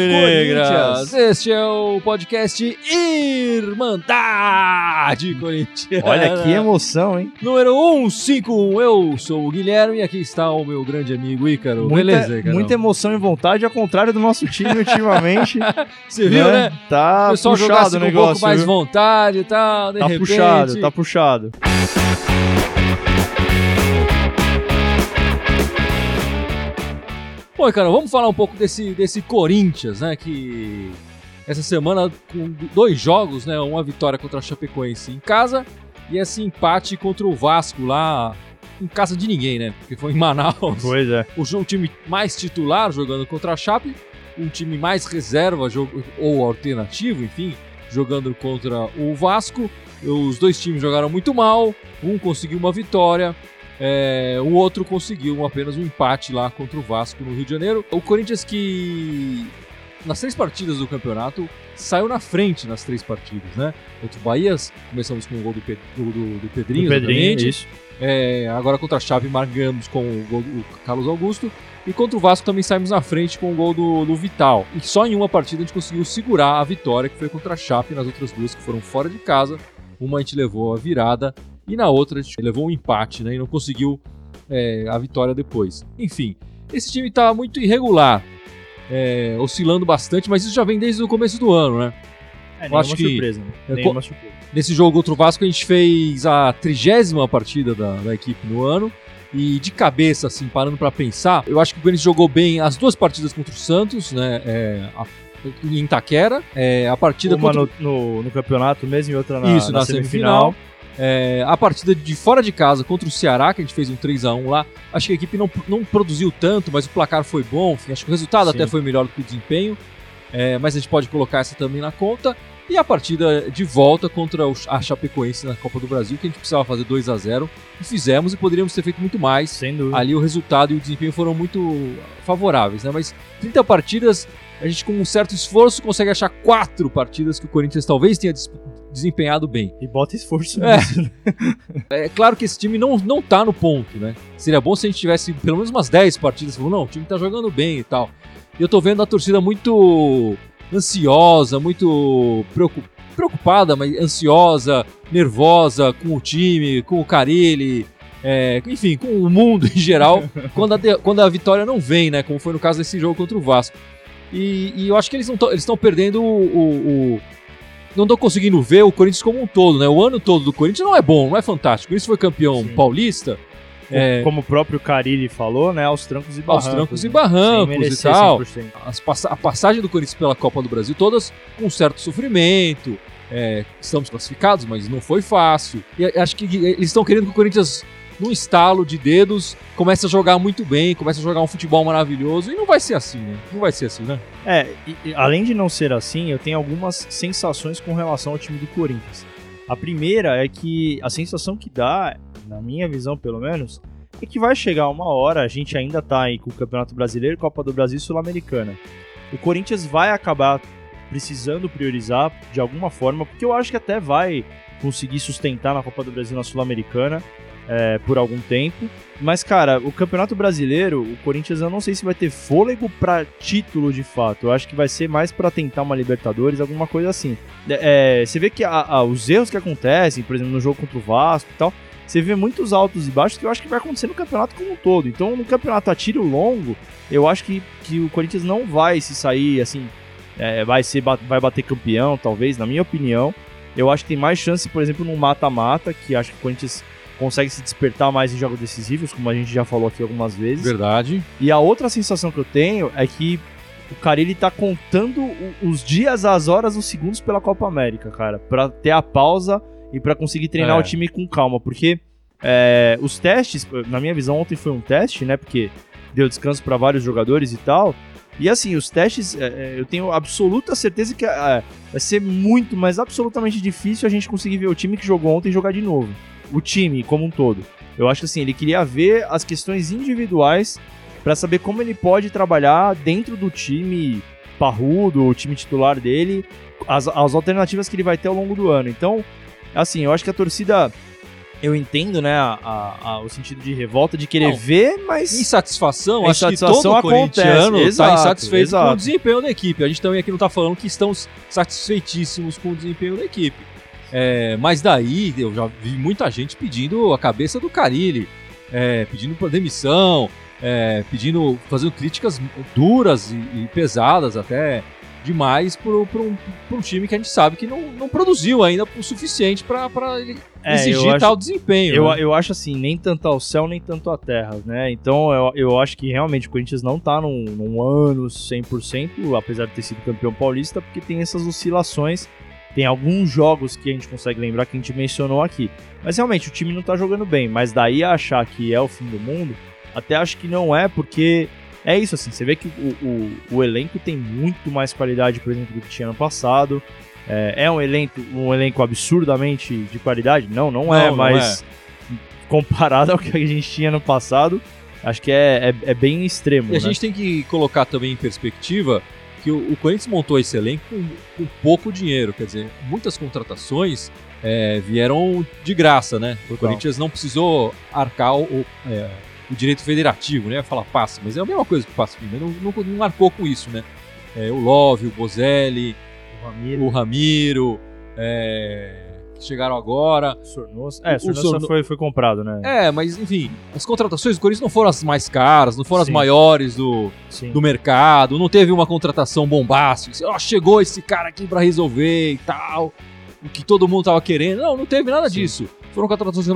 Alvinegras! Este é o podcast Irmandade Corinthians. Olha que emoção, hein? Número 151. Eu sou o Guilherme e aqui está o meu grande amigo Ícaro. Beleza, Ícaro? Muita emoção e vontade, ao contrário do nosso time ultimamente. Você viu, né? Tá o pessoal puxado o negócio. Um pouco mais vontade e tal, de repente... Tá puxado. Bom, cara, vamos falar um pouco desse Corinthians, né, que essa semana com 2 jogos, né, uma vitória contra a Chapecoense em casa e esse empate contra o Vasco lá em casa de ninguém, né, porque foi em Manaus. Pois é. O time mais titular jogando contra a Chape, um time mais reserva ou alternativo, enfim, jogando contra o Vasco. Os 2 times jogaram muito mal, um conseguiu uma vitória. O outro conseguiu apenas um empate lá contra o Vasco no Rio de Janeiro. O Corinthians que nas 3 partidas do campeonato saiu na frente nas 3 partidas, né? Contra o Bahia, começamos com o gol do Pedrinho. Do Pedrinho, isso. Agora contra a Chape marcamos com o gol do Carlos Augusto. E contra o Vasco também saímos na frente com o gol do Vital. E só em uma partida a gente conseguiu segurar a vitória, que foi contra a Chape. Nas outras 2 que foram fora de casa, uma a gente levou a virada e na outra a gente levou um empate, né, e não conseguiu a vitória depois. Enfim, esse time está muito irregular, oscilando bastante, mas isso já vem desde o começo do ano, né? Nenhuma surpresa. Nenhuma surpresa. Nesse jogo contra o Vasco a gente fez a 30ª partida da equipe no ano e de cabeça, assim, parando para pensar, eu acho que o Corinthians jogou bem as 2 partidas contra o Santos, né, em Itaquera, a partida uma contra... no campeonato mesmo e outra na semifinal. A partida de fora de casa contra o Ceará, que a gente fez um 3-1 lá, acho que a equipe não produziu tanto, mas o placar foi bom, enfim, acho que o resultado até foi melhor do que o desempenho, mas a gente pode colocar essa também na conta. E a partida de volta contra a Chapecoense na Copa do Brasil, que a gente precisava fazer 2-0, e fizemos e poderíamos ter feito muito mais. Sem dúvida. Ali o resultado e o desempenho foram muito favoráveis, né? Mas 30 partidas, a gente com um certo esforço consegue achar 4 partidas que o Corinthians talvez tenha desempenhado bem. E bota esforço nisso. É claro que esse time não tá no ponto, né? Seria bom se a gente tivesse pelo menos umas 10 partidas, falando, não, o time tá jogando bem e tal. E eu tô vendo a torcida muito ansiosa, muito preocupada, mas ansiosa, nervosa com o time, com o Carille, enfim, com o mundo em geral, quando a vitória não vem, né? Como foi no caso desse jogo contra o Vasco. E eu acho que eles estão perdendo não estão conseguindo ver o Corinthians como um todo, né? O ano todo do Corinthians não é bom, não é fantástico. O Corinthians foi campeão paulista. Como o próprio Carille falou, né? Aos trancos e barrancos. Aos trancos e barrancos e tal. A passagem do Corinthians pela Copa do Brasil, todas com certo sofrimento. Estamos classificados, mas não foi fácil. E acho que eles estão querendo que o Corinthians, num estalo de dedos, comece a jogar muito bem, comece a jogar um futebol maravilhoso. E não vai ser assim, né? Não vai ser assim, né? E além de não ser assim, eu tenho algumas sensações com relação ao time do Corinthians. A primeira é que a sensação que dá, na minha visão pelo menos, é que vai chegar uma hora, a gente ainda tá aí com o Campeonato Brasileiro, Copa do Brasil e Sul-Americana. O Corinthians vai acabar precisando priorizar de alguma forma, porque eu acho que até vai conseguir sustentar na Copa do Brasil e na Sul-Americana por algum tempo. Mas, cara, o Campeonato Brasileiro, o Corinthians, eu não sei se vai ter fôlego pra título de fato. Eu acho que vai ser mais pra tentar uma Libertadores, alguma coisa assim. Você vê que os erros que acontecem, por exemplo, no jogo contra o Vasco e tal, você vê muitos altos e baixos que eu acho que vai acontecer no campeonato como um todo. Então, no campeonato a tiro longo, eu acho que o Corinthians não vai se sair, assim, vai bater campeão, talvez, na minha opinião. Eu acho que tem mais chance, por exemplo, no mata-mata, que acho que o Corinthians consegue se despertar mais em jogos decisivos, como a gente já falou aqui algumas vezes. Verdade. E a outra sensação que eu tenho é que o Carille tá contando os dias, as horas, os segundos pela Copa América, cara, pra ter a pausa e pra conseguir treinar o time com calma, porque os testes, na minha visão, ontem foi um teste, né, porque deu descanso pra vários jogadores e tal, e assim, os testes, eu tenho absoluta certeza que vai ser muito, mas absolutamente difícil a gente conseguir ver o time que jogou ontem jogar de novo. O time como um todo. Eu acho que assim, ele queria ver as questões individuais para saber como ele pode trabalhar dentro do time parrudo, o time titular dele, as alternativas que ele vai ter ao longo do ano. Então, assim, eu acho que a torcida eu entendo, né, o sentido de revolta, de querer ver, mas... Insatisfação, a acho insatisfação que todo corintiano está insatisfeito com o exato. desempenho da equipe. A gente também aqui não está falando que estão satisfeitíssimos com o desempenho da equipe. Mas daí eu já vi muita gente pedindo a cabeça do Carille, pedindo por demissão, fazendo críticas duras e pesadas até demais para um time que a gente sabe que não produziu ainda o suficiente para exigir tal desempenho. Eu acho assim, nem tanto ao céu, nem tanto à terra, né? Então eu acho que realmente o Corinthians não tá num ano 100%, apesar de ter sido campeão paulista, porque tem essas oscilações. Tem alguns jogos que a gente consegue lembrar que a gente mencionou aqui. Mas realmente o time não tá jogando bem. Mas daí a achar que é o fim do mundo, até acho que não é, porque é isso assim. Você vê que o elenco tem muito mais qualidade, por exemplo, do que tinha ano passado. É um elenco absurdamente de qualidade? Não é, mas comparado ao que a gente tinha no passado, acho que é bem extremo. E a gente tem que colocar também em perspectiva que o Corinthians montou esse elenco com pouco dinheiro, quer dizer, muitas contratações vieram de graça, né? O Corinthians não precisou arcar o direito federativo, né? Falar passe, mas é a mesma coisa que o passe, mas não arcou com isso, né? O Love, o Bozelli, o Ramiro, que chegaram agora. O Sornosa foi comprado, né? Mas enfim, as contratações do Corinthians não foram as mais caras, não foram as maiores do mercado, não teve uma contratação bombástica, chegou esse cara aqui pra resolver e tal, o que todo mundo tava querendo. Não teve nada disso. Foram contratações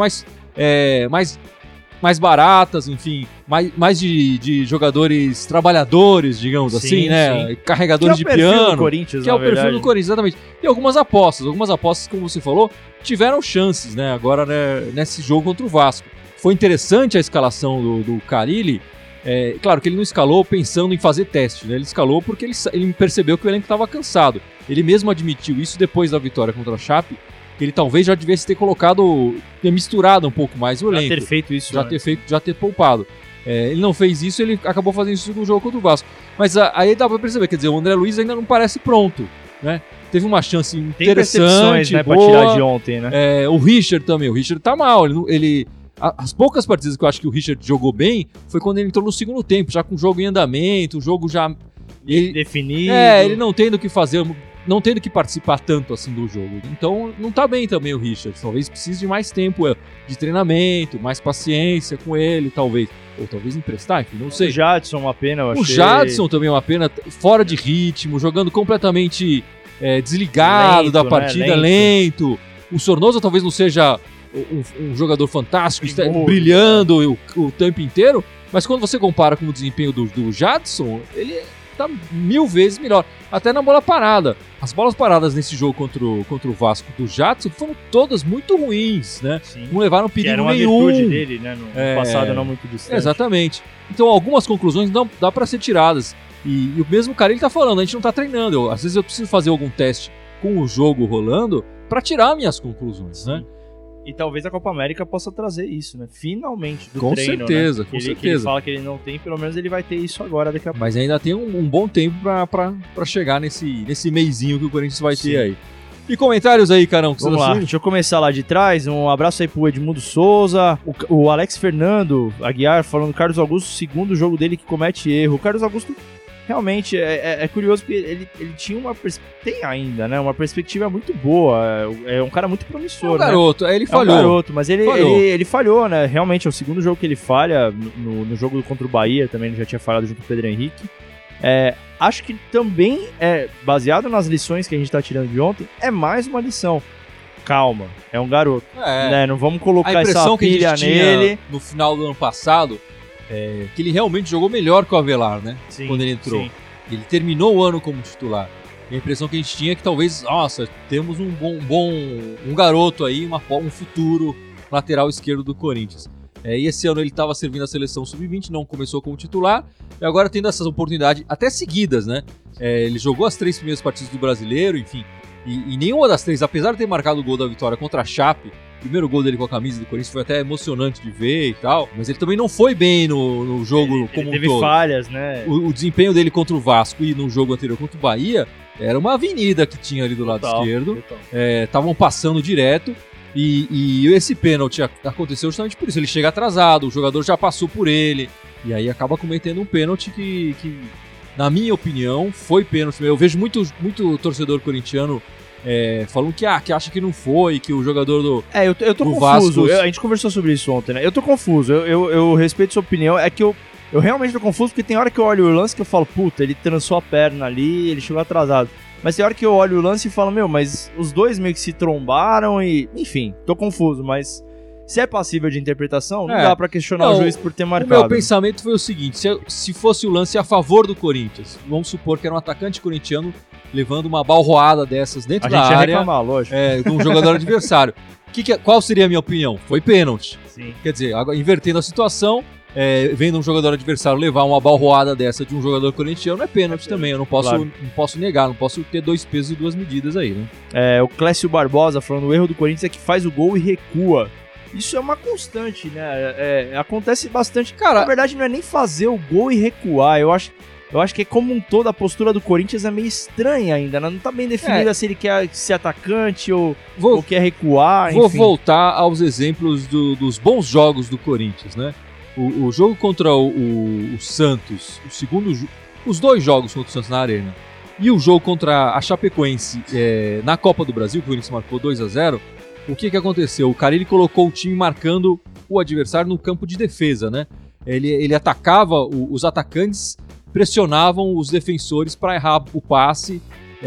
mais baratas, enfim, mais de jogadores trabalhadores, digamos assim, né? Carregadores de piano. Que é o perfil do Corinthians, exatamente. E algumas apostas, como você falou, tiveram chances, né? Agora, né, nesse jogo contra o Vasco. Foi interessante a escalação do Carille. Claro que ele não escalou pensando em fazer teste, né? Ele escalou porque ele percebeu que o elenco estava cansado. Ele mesmo admitiu isso depois da vitória contra a Chape, que ele talvez já devesse ter ter misturado um pouco mais o elenco. Já ter feito isso. Já ter poupado. Ele não fez isso, ele acabou fazendo isso no jogo contra o Vasco. Mas aí dá pra perceber, quer dizer, o André Luiz ainda não parece pronto, né? Teve uma chance interessante, né, boa. Pra tirar de ontem, né? O Richard também, o Richard tá mal, as poucas partidas que eu acho que o Richard jogou bem foi quando ele entrou no segundo tempo, já com o jogo em andamento, o jogo já definido. Ele não tendo o que fazer, não tendo que participar tanto assim do jogo. Então não tá bem também o Richard. Talvez precise de mais tempo de treinamento, mais paciência com ele, talvez. Ou talvez emprestar, enfim, não sei. O Jadson, uma pena, eu achei. O Jadson também é uma pena, fora de ritmo, jogando completamente desligado da partida, lento. O Sornosa talvez não seja um jogador fantástico, brilhando o tempo inteiro, mas quando você compara com o desempenho do Jadson, ele tá 1000 vezes melhor. Até na bola parada. As bolas paradas nesse jogo contra o Vasco do Jadson foram todas muito ruins, né? Sim. Não levaram perigo nenhum. Era uma virtude dele, né? No passado não muito distante. Exatamente. Então algumas conclusões dá para ser tiradas. E o mesmo cara ele tá falando, a gente não tá treinando. Às vezes eu preciso fazer algum teste com o jogo rolando para tirar minhas conclusões, né? E talvez a Copa América possa trazer isso, né? Finalmente, do com treino, certeza, né? Com certeza. Que ele fala que ele não tem, pelo menos ele vai ter isso agora daqui a pouco. Mas ainda tem um bom tempo pra chegar nesse meizinho que o Corinthians vai ter aí. E comentários aí, Carão? Vamos lá, deixa eu começar lá de trás. Um abraço aí pro Edmundo Souza. O Alex Fernando Aguiar falando Carlos Augusto, segundo jogo dele que comete erro. O Carlos Augusto realmente é curioso porque ele tinha tem ainda, né? Uma perspectiva muito boa. É um cara muito promissor. Um garoto, né? Ele falhou. É um garoto, mas ele falhou, né? Realmente é o segundo jogo que ele falha. No jogo contra o Bahia também ele já tinha falhado junto com o Pedro Henrique. Acho que também, baseado nas lições que a gente tá tirando de ontem, é mais uma lição. Calma, é um garoto. Né? Não vamos colocar essa pilha nele. No final do ano passado, que ele realmente jogou melhor que o Avelar, né? Sim, quando ele entrou. Sim. Ele terminou o ano como titular. E a impressão que a gente tinha é que talvez, temos um garoto aí, um futuro lateral esquerdo do Corinthians. E esse ano ele estava servindo a seleção sub-20, não começou como titular, e agora tendo essas oportunidades até seguidas, né? Ele jogou as 3 primeiras partidas do Brasileiro, enfim, e nenhuma das 3, apesar de ter marcado o gol da vitória contra a Chape, o primeiro gol dele com a camisa do Corinthians foi até emocionante de ver e tal, mas ele também não foi bem no jogo como um todo. Ele teve falhas, né? O desempenho dele contra o Vasco e no jogo anterior contra o Bahia era uma avenida que tinha ali do lado esquerdo, estavam passando direto. E esse pênalti aconteceu justamente por isso. Ele chega atrasado, o jogador já passou por ele, e aí acaba cometendo um pênalti que na minha opinião, foi pênalti. Eu vejo muito torcedor corintiano falando que acha que não foi, que o jogador do eu tô do confuso. Vasco... A gente conversou sobre isso ontem, né? Eu tô confuso. Eu respeito sua opinião. É que eu realmente tô confuso, porque tem hora que eu olho o lance que eu falo, puta, ele trançou a perna ali, ele chegou atrasado. Mas tem hora que eu olho o lance e falo, mas os dois meio que se trombaram e... Enfim, tô confuso, mas... Se é passível de interpretação, não dá pra questionar o juiz por ter marcado. O meu pensamento foi o seguinte, se fosse o lance a favor do Corinthians, vamos supor que era um atacante corintiano levando uma balroada dessas dentro da área... A gente ia reclamar, lógico. De um jogador adversário. Qual seria a minha opinião? Foi pênalti. Sim. Quer dizer, agora, invertendo a situação, vendo um jogador adversário levar uma balroada dessa de um jogador corintiano, é pênalti também. Eu não posso negar, não posso ter dois pesos e duas medidas aí, né? O Clécio Barbosa falando, o erro do Corinthians é que faz o gol e recua. Isso é uma constante, né? Acontece bastante. Cara, na verdade não é nem fazer o gol e recuar. Eu acho que como um todo a postura do Corinthians é meio estranha ainda, né? Não tá bem definida se ele quer ser atacante ou quer recuar. Vou voltar aos exemplos dos bons jogos do Corinthians, né? O jogo contra o Santos, os dois jogos contra o Santos na Arena e o jogo contra a Chapecoense na Copa do Brasil, que o Corinthians marcou 2-0. O que aconteceu? O Carille colocou o time marcando o adversário no campo de defesa, né? Ele atacava, os atacantes pressionavam os defensores para errar o passe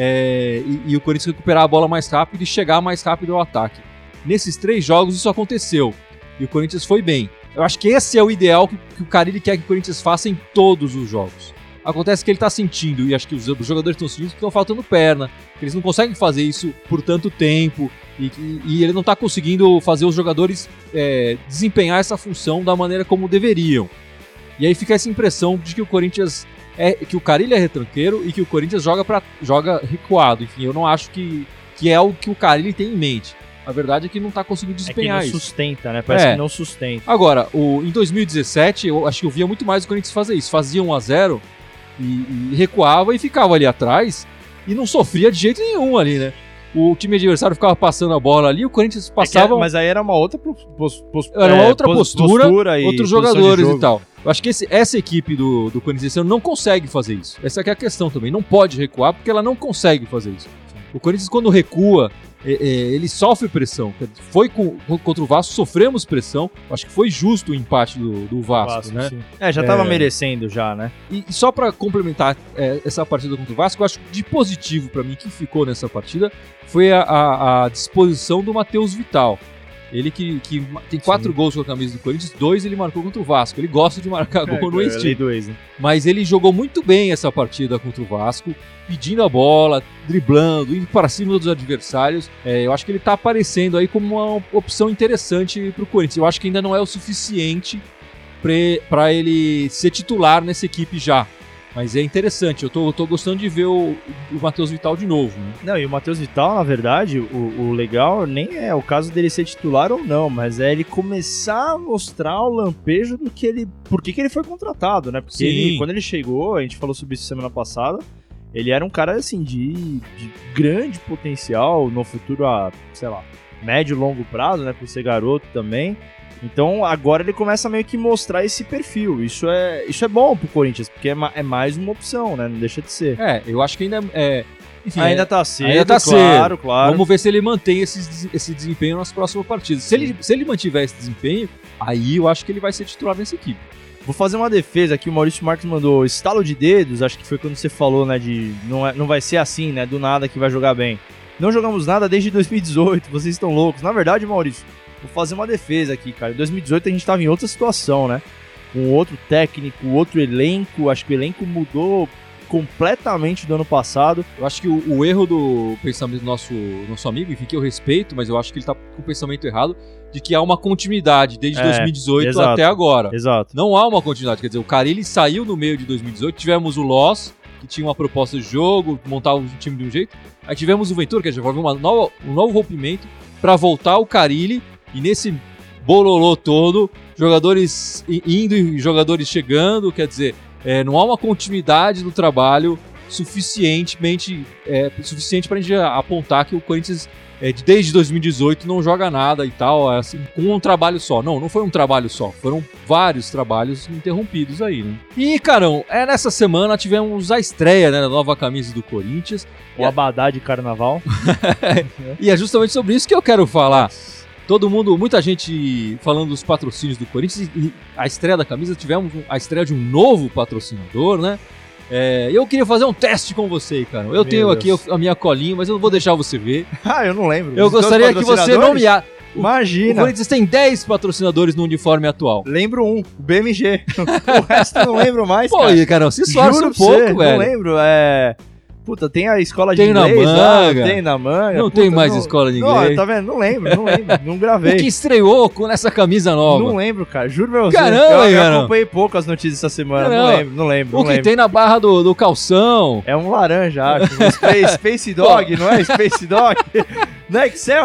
e o Corinthians recuperar a bola mais rápido e chegar mais rápido ao ataque. Nesses 3 jogos isso aconteceu e o Corinthians foi bem. Eu acho que esse é o ideal que o Carille quer que o Corinthians faça em todos os jogos. Acontece que ele está sentindo, e acho que os jogadores estão sentindo que estão faltando perna, que eles não conseguem fazer isso por tanto tempo, e ele não está conseguindo fazer os jogadores desempenhar essa função da maneira como deveriam. E aí fica essa impressão de que o Corinthians que o Carille é retranqueiro e que o Corinthians joga recuado. Enfim, eu não acho que é o que o Carille tem em mente. A verdade é que não está conseguindo desempenhar isso. Não sustenta, né? Parece que não sustenta. Agora, em 2017, eu acho que eu via muito mais o Corinthians fazer isso. Fazia 1-0 e recuava e ficava ali atrás e não sofria de jeito nenhum ali, né? O time adversário ficava passando a bola ali, o Corinthians passava... mas aí era uma outra postura, outros jogadores e tal. Eu acho que essa equipe do Corinthians não consegue fazer isso. Essa que é a questão também. Não pode recuar porque ela não consegue fazer isso. O Corinthians, quando recua, ele sofre pressão. Foi contra o Vasco, sofremos pressão. Acho que foi justo o empate do Vasco, né? Sim. Já tava merecendo já, né? E só pra complementar essa partida contra o Vasco, eu acho que de positivo pra mim que ficou nessa partida foi a disposição do Matheus Vital. Ele que tem 4 gols com a camisa do Corinthians, 2 ele marcou contra o Vasco. Ele gosta de marcar gol no ex-time. Mas ele jogou muito bem essa partida contra o Vasco, pedindo a bola, driblando, indo para cima dos adversários. Eu acho que ele tá aparecendo aí como uma opção interessante pro Corinthians. Eu acho que ainda não é o suficiente para ele ser titular nessa equipe já. Mas é interessante, eu tô gostando de ver o Matheus Vital de novo, né? Não, e o Matheus Vital, na verdade, o legal nem é o caso dele ser titular ou não, mas é ele começar a mostrar o lampejo do que por que ele foi contratado, né? Porque quando ele chegou, a gente falou sobre isso semana passada, ele era um cara, assim, de grande potencial no futuro a, sei lá, médio e longo prazo, né? Por ser garoto também. Então agora ele começa a meio que mostrar esse perfil. Isso é bom pro Corinthians, porque é mais uma opção, né? Não deixa de ser. Eu acho que ainda enfim, ainda tá cedo, claro. Vamos ver se ele mantém esse desempenho nas próximas partidas. Se ele mantiver esse desempenho, aí eu acho que ele vai ser titular nessa equipe. Vou fazer uma defesa aqui, o Maurício Marques mandou estalo de dedos, acho que foi quando você falou, né, de não vai ser assim, né, do nada que vai jogar bem. Não jogamos nada desde 2018, vocês estão loucos. Na verdade, Maurício, vou fazer uma defesa aqui, cara. Em 2018 a gente tava em outra situação, né? Com outro técnico, outro elenco. Acho que o elenco mudou completamente do ano passado. Eu acho que o erro do pensamento do nosso amigo, enfim, que eu respeito, mas eu acho que ele tá com o pensamento errado, de que há uma continuidade desde 2018 até agora. Exato. Não há uma continuidade. Quer dizer, o Carille saiu no meio de 2018, tivemos o Loss, que tinha uma proposta de jogo, montar o time de um jeito. Aí tivemos o Ventura, que já vai ver um novo rompimento para voltar o Carille. E nesse bololô todo, jogadores indo e jogadores chegando, quer dizer, não há uma continuidade do trabalho suficiente pra gente apontar que o Corinthians desde 2018 não joga nada e tal, assim, com um trabalho só. Não foi um trabalho só, foram vários trabalhos interrompidos aí, né? E, Carão, nessa semana tivemos a estreia, né, da nova camisa do Corinthians. O abadá de carnaval. E é justamente sobre isso que eu quero falar. Muita gente falando dos patrocínios do Corinthians, e a estreia da camisa, tivemos a estreia de um novo patrocinador, né? Eu queria fazer um teste com você, cara. Eu tenho aqui a minha colinha, mas eu não vou deixar você ver. Eu não lembro. Eu gostaria que você nomeasse. Imagina. O Corinthians tem 10 patrocinadores no uniforme atual. Lembro um, o BMG. O resto eu não lembro mais, cara. Pô, cara, se esforça um pouco, velho. Não lembro, Puta, tem a escola de inglês lá, tem na manga. Não tem mais escola de inglês. Não, tá vendo? Não lembro, não gravei. O que estreou nessa camisa nova? Não lembro, cara, juro pra você. Caramba, eu acompanhei pouco as notícias essa semana, não lembro. O que tem na barra do calção? É um laranja, acho. Space Dog, não é? Space Dog? Não é Excel?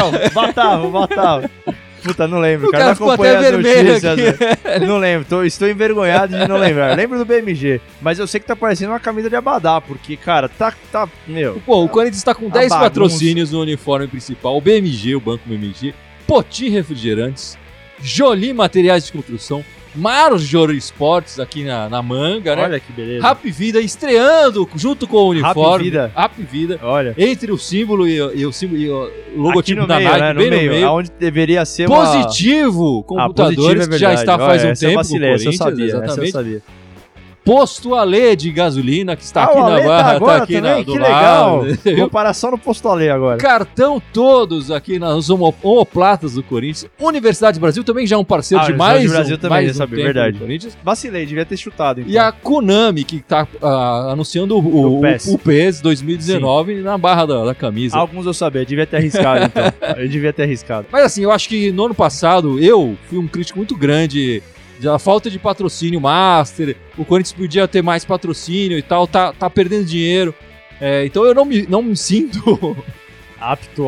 Batava. Puta, não lembro, cara. Não acompanhei as notícias. Não lembro, estou envergonhado de não lembrar. Lembro do BMG, mas eu sei que tá parecendo uma camisa de abadá, porque, cara, meu... Pô, o Corinthians está com 10 patrocínios no uniforme principal. O BMG, o Banco BMG, Poti Refrigerantes, Jolie Materiais de Construção, Marjor Esportes aqui na manga, né? Olha que beleza. Rap Vida estreando junto com o uniforme. Rap Vida. Olha. Entre o símbolo e o logotipo da Nike, né? bem no meio. Onde deveria ser Positivo Computadores, que já está faz um tempo com o Corinthians. Essa eu sabia. Posto Alê de gasolina, que está aqui na barra, tá aqui do legal. Lado. Vou parar só no Posto Alê agora. Cartão todos aqui nas omoplatas do Corinthians. Universidade do Brasil também já é um parceiro de mais Brasil também, mais sabe, verdade. Vacilei, devia ter chutado. Então. E a Konami, que está anunciando o PES 2019 na barra da camisa. Alguns eu sabia, devia ter arriscado então. Eu devia ter arriscado. Mas assim, eu acho que no ano passado eu fui um crítico muito grande da falta de patrocínio master, o Corinthians podia ter mais patrocínio e tal, tá perdendo dinheiro. Então eu não me sinto apto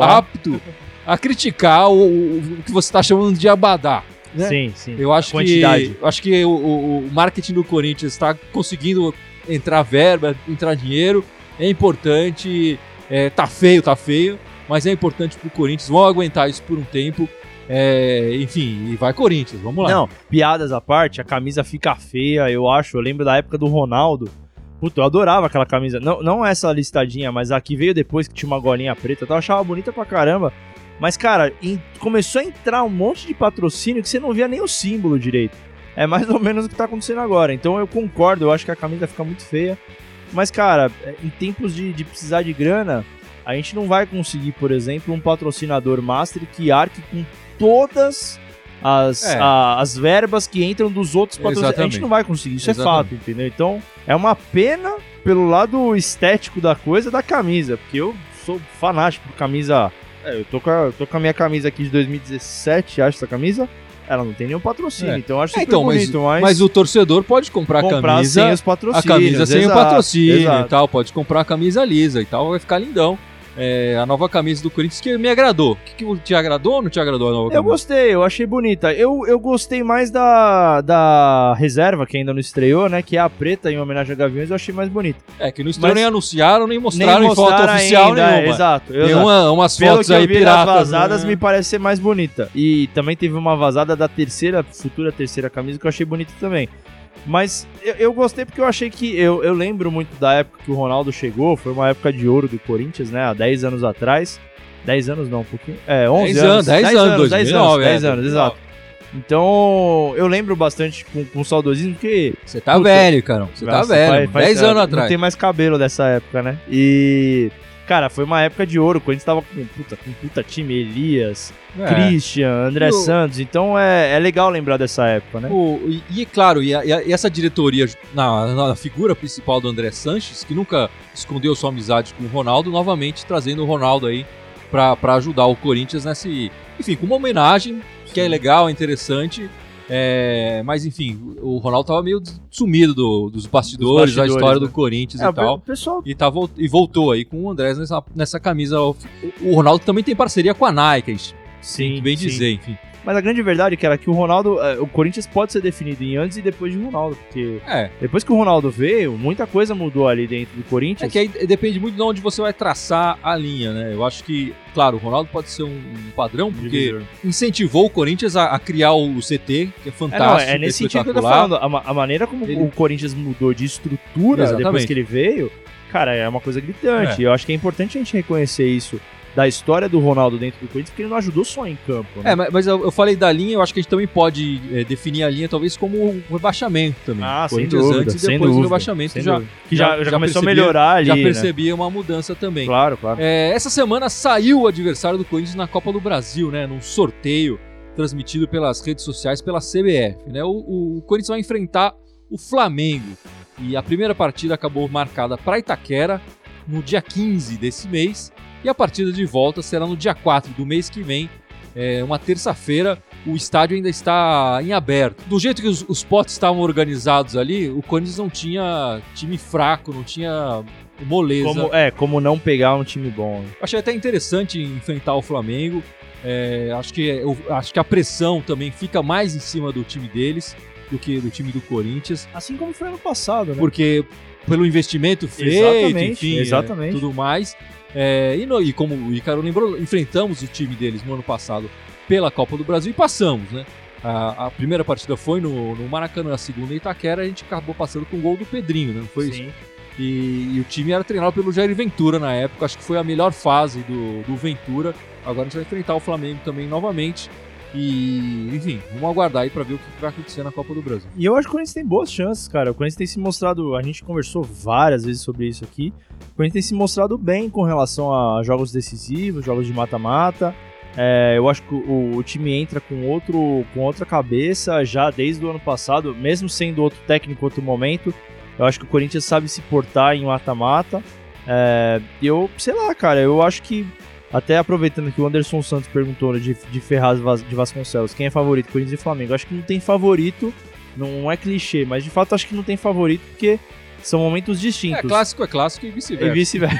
a criticar o que você está chamando de abadá. Né? Sim. Eu acho que o marketing do Corinthians está conseguindo entrar verba, entrar dinheiro. É importante, tá feio, mas é importante pro Corinthians. Vão aguentar isso por um tempo. Enfim, e vai Corinthians, vamos lá. Não, piadas à parte, a camisa fica feia, eu lembro da época do Ronaldo. Puta, eu adorava aquela camisa, não essa listadinha, mas a que veio depois, que tinha uma golinha preta, eu achava bonita pra caramba. Mas, cara, começou a entrar um monte de patrocínio que você não via nem o símbolo direito. É mais ou menos o que tá acontecendo agora. Então eu concordo, eu acho que a camisa fica muito feia. Mas, cara, em tempos de precisar de grana, a gente não vai conseguir, por exemplo, um patrocinador master que arque com todas as verbas que entram dos outros patrocinadores. A gente não vai conseguir, isso é fato, entendeu? Então, é uma pena pelo lado estético da coisa, da camisa, porque eu sou fanático por camisa. Eu tô com a minha camisa aqui de 2017, acho essa camisa. Ela não tem nenhum patrocínio, então eu acho super bonito. Mas o torcedor pode comprar a camisa sem os patrocínios. A camisa sem o patrocínio e tal, pode comprar a camisa lisa e tal, vai ficar lindão. A nova camisa do Corinthians que me agradou. O que te agradou ou não te agradou a nova camisa? Eu gostei, eu achei bonita. Eu gostei mais da reserva, que ainda não estreou, né? Que é a preta, em homenagem a Gaviões, eu achei mais bonita. Que não estreou, nem anunciaram, nem mostraram em foto oficial ainda, nenhuma. Exato. Tem umas fotos aí piratas. As vazadas me parece ser mais bonita. E também teve uma vazada da futura terceira camisa que eu achei bonita também. Mas eu gostei porque eu achei que... Eu lembro muito da época que o Ronaldo chegou, foi uma época de ouro do Corinthians, né? Há 10 anos atrás. 10 anos não, um pouquinho. 11 anos. 10 anos, exato. Então, eu lembro bastante com saudosismo, porque... Você tá velho, cara. Você tá velho. 10 anos atrás. Não tem mais cabelo dessa época, né? E... Cara, foi uma época de ouro, quando a gente tava com puta time, Elias, Christian, André Santos, então é legal lembrar dessa época, né? Claro, e essa diretoria, na figura principal do André Sanches, que nunca escondeu sua amizade com o Ronaldo, novamente trazendo o Ronaldo aí pra ajudar o Corinthians enfim, com uma homenagem que é legal, é interessante. Mas enfim, o Ronaldo tava meio sumido dos bastidores da história do Corinthians e tal. Pessoal... E voltou aí com o André nessa camisa. O Ronaldo também tem parceria com a Nike, sim, bem dizer, enfim. Mas a grande verdade é que o Ronaldo, o Corinthians pode ser definido em antes e depois de Ronaldo, porque depois que o Ronaldo veio, muita coisa mudou ali dentro do Corinthians. É que aí depende muito de onde você vai traçar a linha, né? Eu acho que, claro, o Ronaldo pode ser um padrão, porque incentivou o Corinthians a criar o CT, que é fantástico. É nesse sentido que eu tô falando, a maneira como o Corinthians mudou de estrutura depois que ele veio, cara, é uma coisa gritante. Eu acho que é importante a gente reconhecer isso da história do Ronaldo dentro do Corinthians, porque ele não ajudou só em campo, né? Mas eu falei da linha, eu acho que a gente também pode definir a linha talvez como um rebaixamento também. Sem dúvida, antes e depois do rebaixamento já começou a melhorar ali, já percebia uma mudança também. Claro. Essa semana saiu o adversário do Corinthians na Copa do Brasil, né? Num sorteio transmitido pelas redes sociais, pela CBF, né? O Corinthians vai enfrentar o Flamengo. E a primeira partida acabou marcada para Itaquera no dia 15 desse mês. E a partida de volta será no dia 4 do mês que vem, uma terça-feira. O estádio ainda está em aberto. Do jeito que os potes estavam organizados ali, o Corinthians não tinha time fraco, não tinha moleza. Como não pegar um time bom. Achei até interessante enfrentar o Flamengo. Acho que a pressão também fica mais em cima do time deles do que do time do Corinthians. Assim como foi ano passado, né? Porque pelo investimento feito, enfim, tudo mais. E como o Ícaro lembrou, enfrentamos o time deles no ano passado pela Copa do Brasil e passamos, né? A primeira partida foi no Maracanã, a segunda em Itaquera, a gente acabou passando com o gol do Pedrinho, né? Não foi isso? E o time era treinado pelo Jair Ventura na época, acho que foi a melhor fase do Ventura. Agora a gente vai enfrentar o Flamengo também novamente. E, enfim, vamos aguardar aí pra ver o que vai acontecer na Copa do Brasil. E eu acho que o Corinthians tem boas chances, cara. O Corinthians tem se mostrado, a gente conversou várias vezes sobre isso aqui, o Corinthians tem se mostrado bem com relação a jogos decisivos, jogos de mata-mata. Eu acho que o time entra com outra cabeça já desde o ano passado, mesmo sendo outro técnico, outro momento. Eu acho que o Corinthians sabe se portar em mata-mata. Sei lá, cara, eu acho que, até aproveitando que o Anderson Santos perguntou de Ferraz de Vasconcelos, quem é favorito, Corinthians e Flamengo? Eu acho que não tem favorito, não é clichê, mas de fato acho que não tem favorito porque são momentos distintos. Clássico e vice-versa.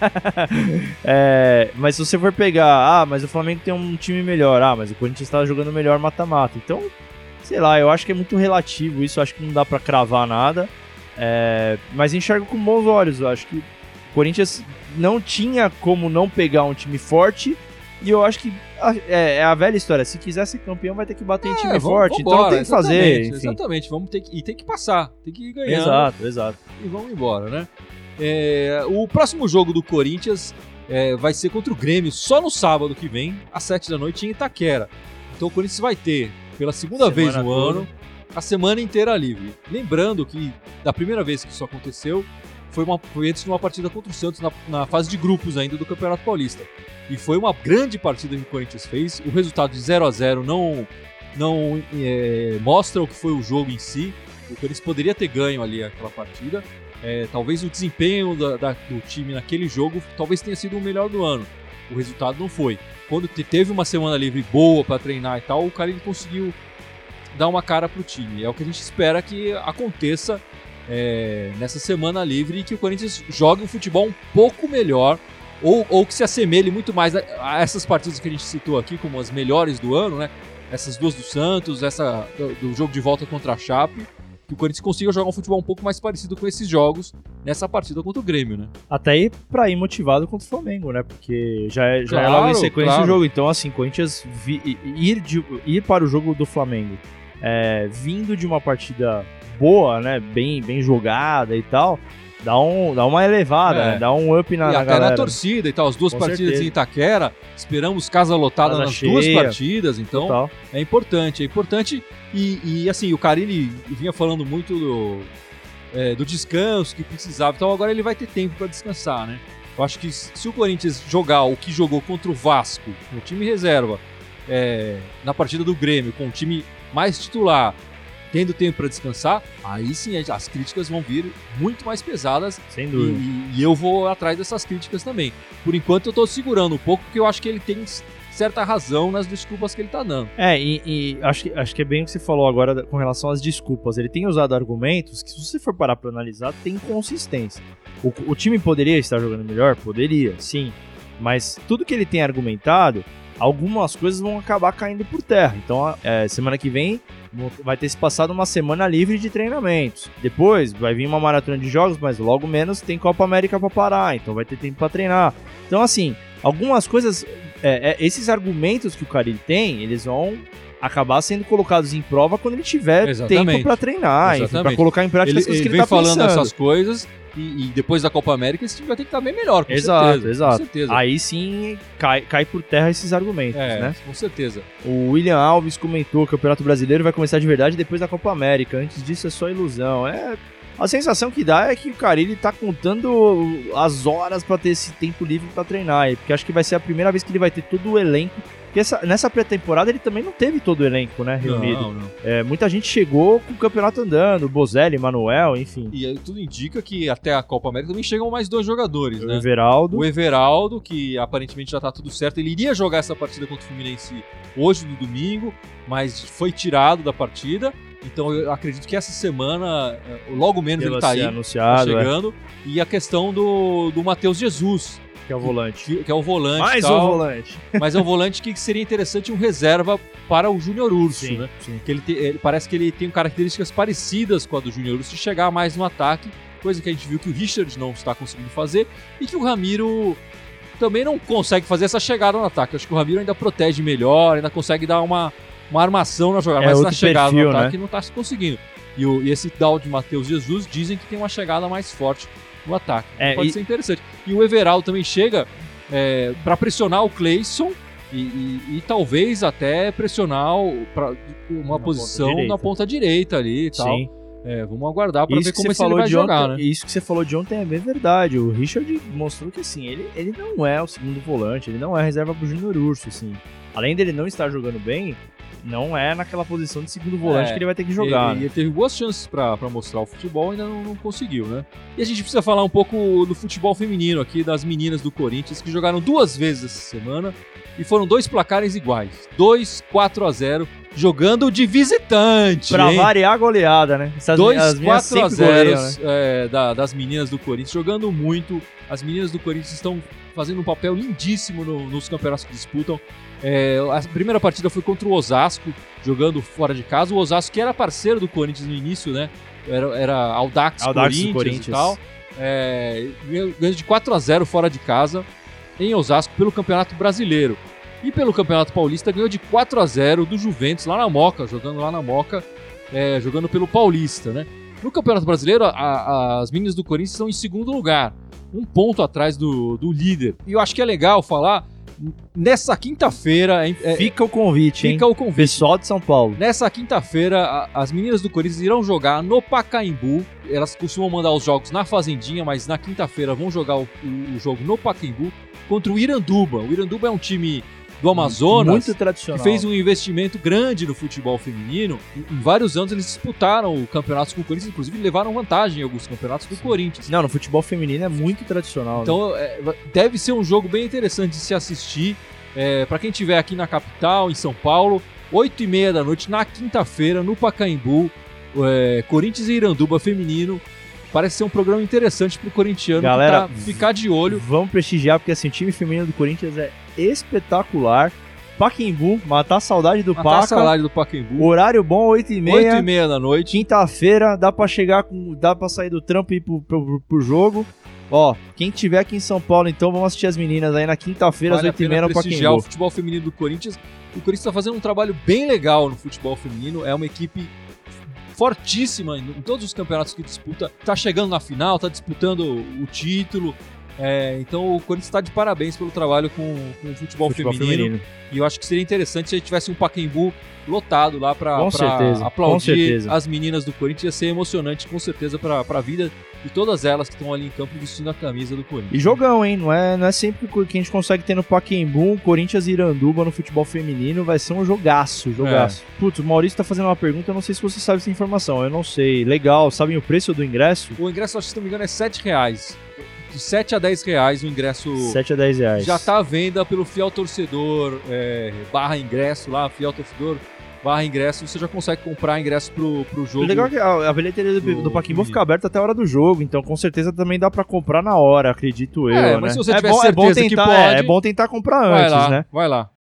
Mas se você for pegar, mas o Flamengo tem um time melhor, mas o Corinthians está jogando melhor mata-mata. Então, sei lá, eu acho que é muito relativo isso, acho que não dá pra cravar nada. Mas enxergo com bons olhos, eu acho que o Corinthians não tinha como não pegar um time forte, e eu acho que é a velha história, se quiser ser campeão vai ter que bater em time forte, então tem que fazer, enfim. Exatamente, tem que passar, tem que ir ganhando. Exato. E vamos embora, né? O próximo jogo do Corinthians vai ser contra o Grêmio, só no sábado que vem, às 7 da noite em Itaquera. Então o Corinthians vai ter, pela segunda vez no ano, a semana inteira livre. Lembrando que, da primeira vez que isso aconteceu, foi antes de uma partida contra o Santos na fase de grupos ainda do Campeonato Paulista. E foi uma grande partida que o Corinthians fez. O resultado de 0-0 não mostra o que foi o jogo em si. O Corinthians poderia ter ganho ali aquela partida. Talvez o desempenho do time naquele jogo talvez tenha sido o melhor do ano. O resultado não foi. Quando teve uma semana livre boa para treinar e tal, o cara conseguiu dar uma cara pro time. É o que a gente espera que aconteça nessa semana livre, e que o Corinthians jogue um futebol um pouco melhor, ou que se assemelhe muito mais a essas partidas que a gente citou aqui como as melhores do ano, né? Essas duas do Santos, essa do jogo de volta contra a Chape, que o Corinthians consiga jogar um futebol um pouco mais parecido com esses jogos nessa partida contra o Grêmio, né? Até pra ir motivado contra o Flamengo, né? Porque já é logo em sequência o jogo. Então, assim, Corinthians ir para o jogo do Flamengo vindo de uma partida boa, né? Bem jogada e tal, dá uma elevada, né? Dá um up na galera. Até na torcida e tal, as duas partidas em Itaquera, esperamos casa lotada nas duas partidas, então total. É importante. E assim, o Carille vinha falando muito do descanso que precisava, então agora ele vai ter tempo para descansar, né? Eu acho que se o Corinthians jogar o que jogou contra o Vasco, no time reserva, na partida do Grêmio, com o time mais titular, tendo tempo para descansar, aí sim as críticas vão vir muito mais pesadas. Sem dúvida. E eu vou atrás dessas críticas também. Por enquanto eu tô segurando um pouco, porque eu acho que ele tem certa razão nas desculpas que ele tá dando. E acho que é bem o que você falou agora com relação às desculpas. Ele tem usado argumentos que, se você for parar para analisar, tem consistência. O time poderia estar jogando melhor? Poderia, sim. Mas tudo que ele tem argumentado algumas coisas vão acabar caindo por terra. Então, semana que vem vai ter se passado uma semana livre de treinamentos. Depois vai vir uma maratona de jogos, mas logo menos tem Copa América para parar, então vai ter tempo para treinar. Então, assim, algumas coisas, esses argumentos que o Carille tem, eles vão acabar sendo colocados em prova quando ele tiver tempo para treinar, para colocar em prática as coisas que ele tá pensando. Ele vem falando essas coisas e depois da Copa América esse time vai ter que estar bem melhor, com certeza. Exato. Com certeza. Aí sim cai por terra esses argumentos, né? Com certeza. O William Alves comentou que o Campeonato Brasileiro vai começar de verdade depois da Copa América. Antes disso é só ilusão. A sensação que dá é que o Carille tá contando as horas para ter esse tempo livre para treinar, porque acho que vai ser a primeira vez que ele vai ter todo o elenco. Porque nessa pré-temporada ele também não teve todo o elenco, né, reunido. Não. Muita gente chegou com o campeonato andando, Bozelli, Manuel, enfim. E aí tudo indica que até a Copa América também chegam mais 2 jogadores, né? O Everaldo, que aparentemente já tá tudo certo. Ele iria jogar essa partida contra o Fluminense hoje, no domingo, mas foi tirado da partida. Então eu acredito que essa semana, logo menos ele tá aí, anunciado, tá chegando. E a questão do Matheus Jesus, que é o volante. Que é o volante. Mais um volante. Mas é um volante que seria interessante um reserva para o Júnior Urso, sim, né? Sim. Que ele parece que ele tem características parecidas com a do Júnior Urso de chegar mais no ataque, coisa que a gente viu que o Richard não está conseguindo fazer e que o Ramiro também não consegue fazer essa chegada no ataque. Acho que o Ramiro ainda protege melhor, ainda consegue dar uma armação na jogada, mas na chegada no ataque não está conseguindo. E esse tal de Matheus Jesus dizem que tem uma chegada mais forte no ataque. Pode ser interessante. E o Everaldo também chega para pressionar o Cleison e talvez até pressionar para uma posição na ponta direita ali e tal. Sim. Vamos aguardar para ver como ele vai jogar, né? Isso que você falou de ontem é bem verdade. O Richard mostrou que assim, ele não é o segundo volante, ele não é reserva pro Júnior Urso, assim. Além dele não estar jogando bem, não é naquela posição de segundo volante que ele vai ter que jogar. Ele teve boas chances pra mostrar o futebol, ainda não conseguiu, né? E a gente precisa falar um pouco do futebol feminino aqui, das meninas do Corinthians, que jogaram 2 vezes essa semana e foram 2 placares iguais. 2-4-0, jogando de visitante. Pra variar a goleada, né? 2-4-0 das meninas do Corinthians, jogando muito. As meninas do Corinthians estão fazendo um papel lindíssimo nos campeonatos que disputam. A primeira partida foi contra o Osasco, jogando fora de casa. O Osasco, que era parceiro do Corinthians no início, né? Era Audax Corinthians e tal. Ganhou de 4-0 fora de casa em Osasco pelo Campeonato Brasileiro. E pelo Campeonato Paulista ganhou de 4-0 do Juventus lá na Moca, jogando jogando pelo Paulista, né? No Campeonato Brasileiro, as meninas do Corinthians estão em segundo lugar, 1 ponto atrás do líder. E eu acho que é legal falar, nessa quinta-feira... Fica o convite, hein? Fica o convite. Pessoal de São Paulo. Nessa quinta-feira, as meninas do Corinthians irão jogar no Pacaembu. Elas costumam mandar os jogos na Fazendinha, mas na quinta-feira vão jogar o jogo no Pacaembu contra o Iranduba. O Iranduba é um time do Amazonas, muito tradicional, que fez um investimento grande no futebol feminino. Em vários anos eles disputaram campeonatos com o Corinthians, inclusive levaram vantagem em alguns campeonatos do Corinthians. Não, no futebol feminino é muito tradicional. Então deve ser um jogo bem interessante de se assistir. Para quem estiver aqui na capital, em São Paulo, 8h30 da noite, na quinta-feira, no Pacaembu, Corinthians e Iranduba feminino. Parece ser um programa interessante pro corintiano. Galera, ficar de olho. Vamos prestigiar, porque assim, o time feminino do Corinthians é espetacular. Pacaembu, matar a saudade do Paca. Matar a saudade do Pacaembu. Horário bom, 8h30. 8h30 da noite. Quinta-feira, dá pra sair do trampo e ir pro jogo. Ó, quem tiver aqui em São Paulo, então, vamos assistir as meninas aí na quinta-feira, às 8h30 no Pacaembu. O futebol feminino do Corinthians. O Corinthians tá fazendo um trabalho bem legal no futebol feminino. É uma equipe fortíssima em todos os campeonatos que disputa, tá chegando na final, tá disputando o título, então o Corinthians está de parabéns pelo trabalho com o futebol feminino. E eu acho que seria interessante se a gente tivesse um Pacaembu lotado lá para aplaudir as meninas do Corinthians. Ia ser emocionante, com certeza, para a vida de todas elas que estão ali em campo vestindo a camisa do Corinthians. E jogão, hein? Não é sempre que a gente consegue ter no Pacaembu, Corinthians e Iranduba no futebol feminino, vai ser um jogaço. Putz, o Maurício tá fazendo uma pergunta, eu não sei se você sabe essa informação, eu não sei. Legal, sabem o preço do ingresso? O ingresso, acho que se não me engano, é R$7. De R$7 a R$10 o ingresso. R$7 a R$10. Já tá à venda pelo Fiel Torcedor /ingresso lá, Fiel Torcedor /ingresso, você já consegue comprar ingresso pro jogo. O legal é que a bilheteria do Pacaembu fica aberta até a hora do jogo, então com certeza também dá pra comprar na hora, acredito eu, mas né? se você tiver certeza que pode... É bom tentar comprar antes, né? Vai lá.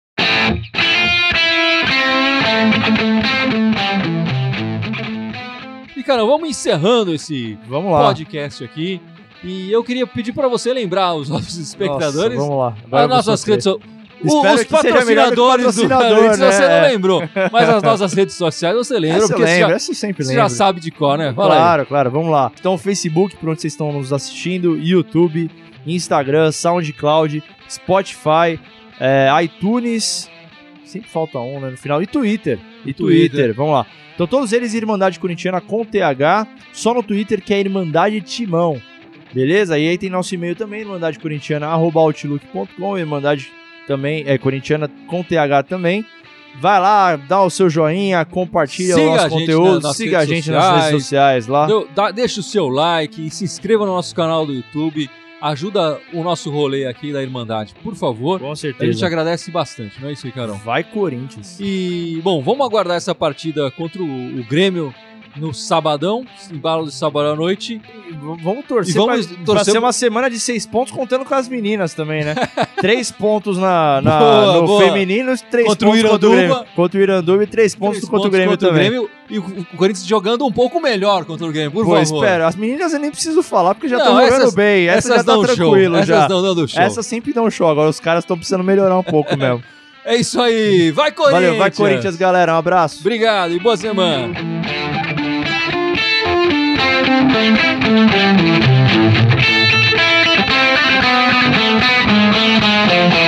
E, cara, vamos encerrando esse Vamos lá. podcast aqui. E eu queria pedir para você lembrar os nossos espectadores. Nossa, vamos lá. As nossas redes sociais. Espero Os que seja melhor do que patrocinadores do patrocinador, né? você não lembrou. Mas as nossas redes sociais você lembra, porque essa sempre você já sabe de cor, né? Fala Claro, claro, vamos lá. Então, Facebook, por onde vocês estão nos assistindo, YouTube, Instagram, SoundCloud, Spotify, iTunes, sempre falta um, né, no final, e Twitter. Vamos lá. Então, todos eles Irmandade Corintiana com TH, só no Twitter que é Irmandade Timão, beleza? E aí tem nosso e-mail também, irmandadecorintiana@outlook.com, Irmandade também, corintiana com TH também. Vai lá, dá o seu joinha, compartilha o nosso conteúdo, siga a gente nas redes sociais lá. Deixa o seu like, se inscreva no nosso canal do YouTube, ajuda o nosso rolê aqui da Irmandade, por favor. Com certeza. A gente agradece bastante, não é isso aí, Carol? Vai, Corinthians. E, bom, vamos aguardar essa partida contra o Grêmio no sabadão, embalo de sábado à noite. Vamos torcer pra ser uma semana de 6 pontos, contando com as meninas também, né? 3 pontos no feminino, 3 contra pontos contra o Iranduba e 3 pontos contra o Grêmio também. E o Corinthians jogando um pouco melhor contra o Grêmio, por favor. Espera, as meninas eu nem preciso falar, porque já estão jogando bem. Essas já tá tranquilo. Essas não dando show. Essas sempre dão show, agora os caras estão precisando melhorar um pouco mesmo. É isso aí, vai Corinthians! Valeu, vai Corinthians, galera, um abraço. Obrigado e boa semana. Thank you.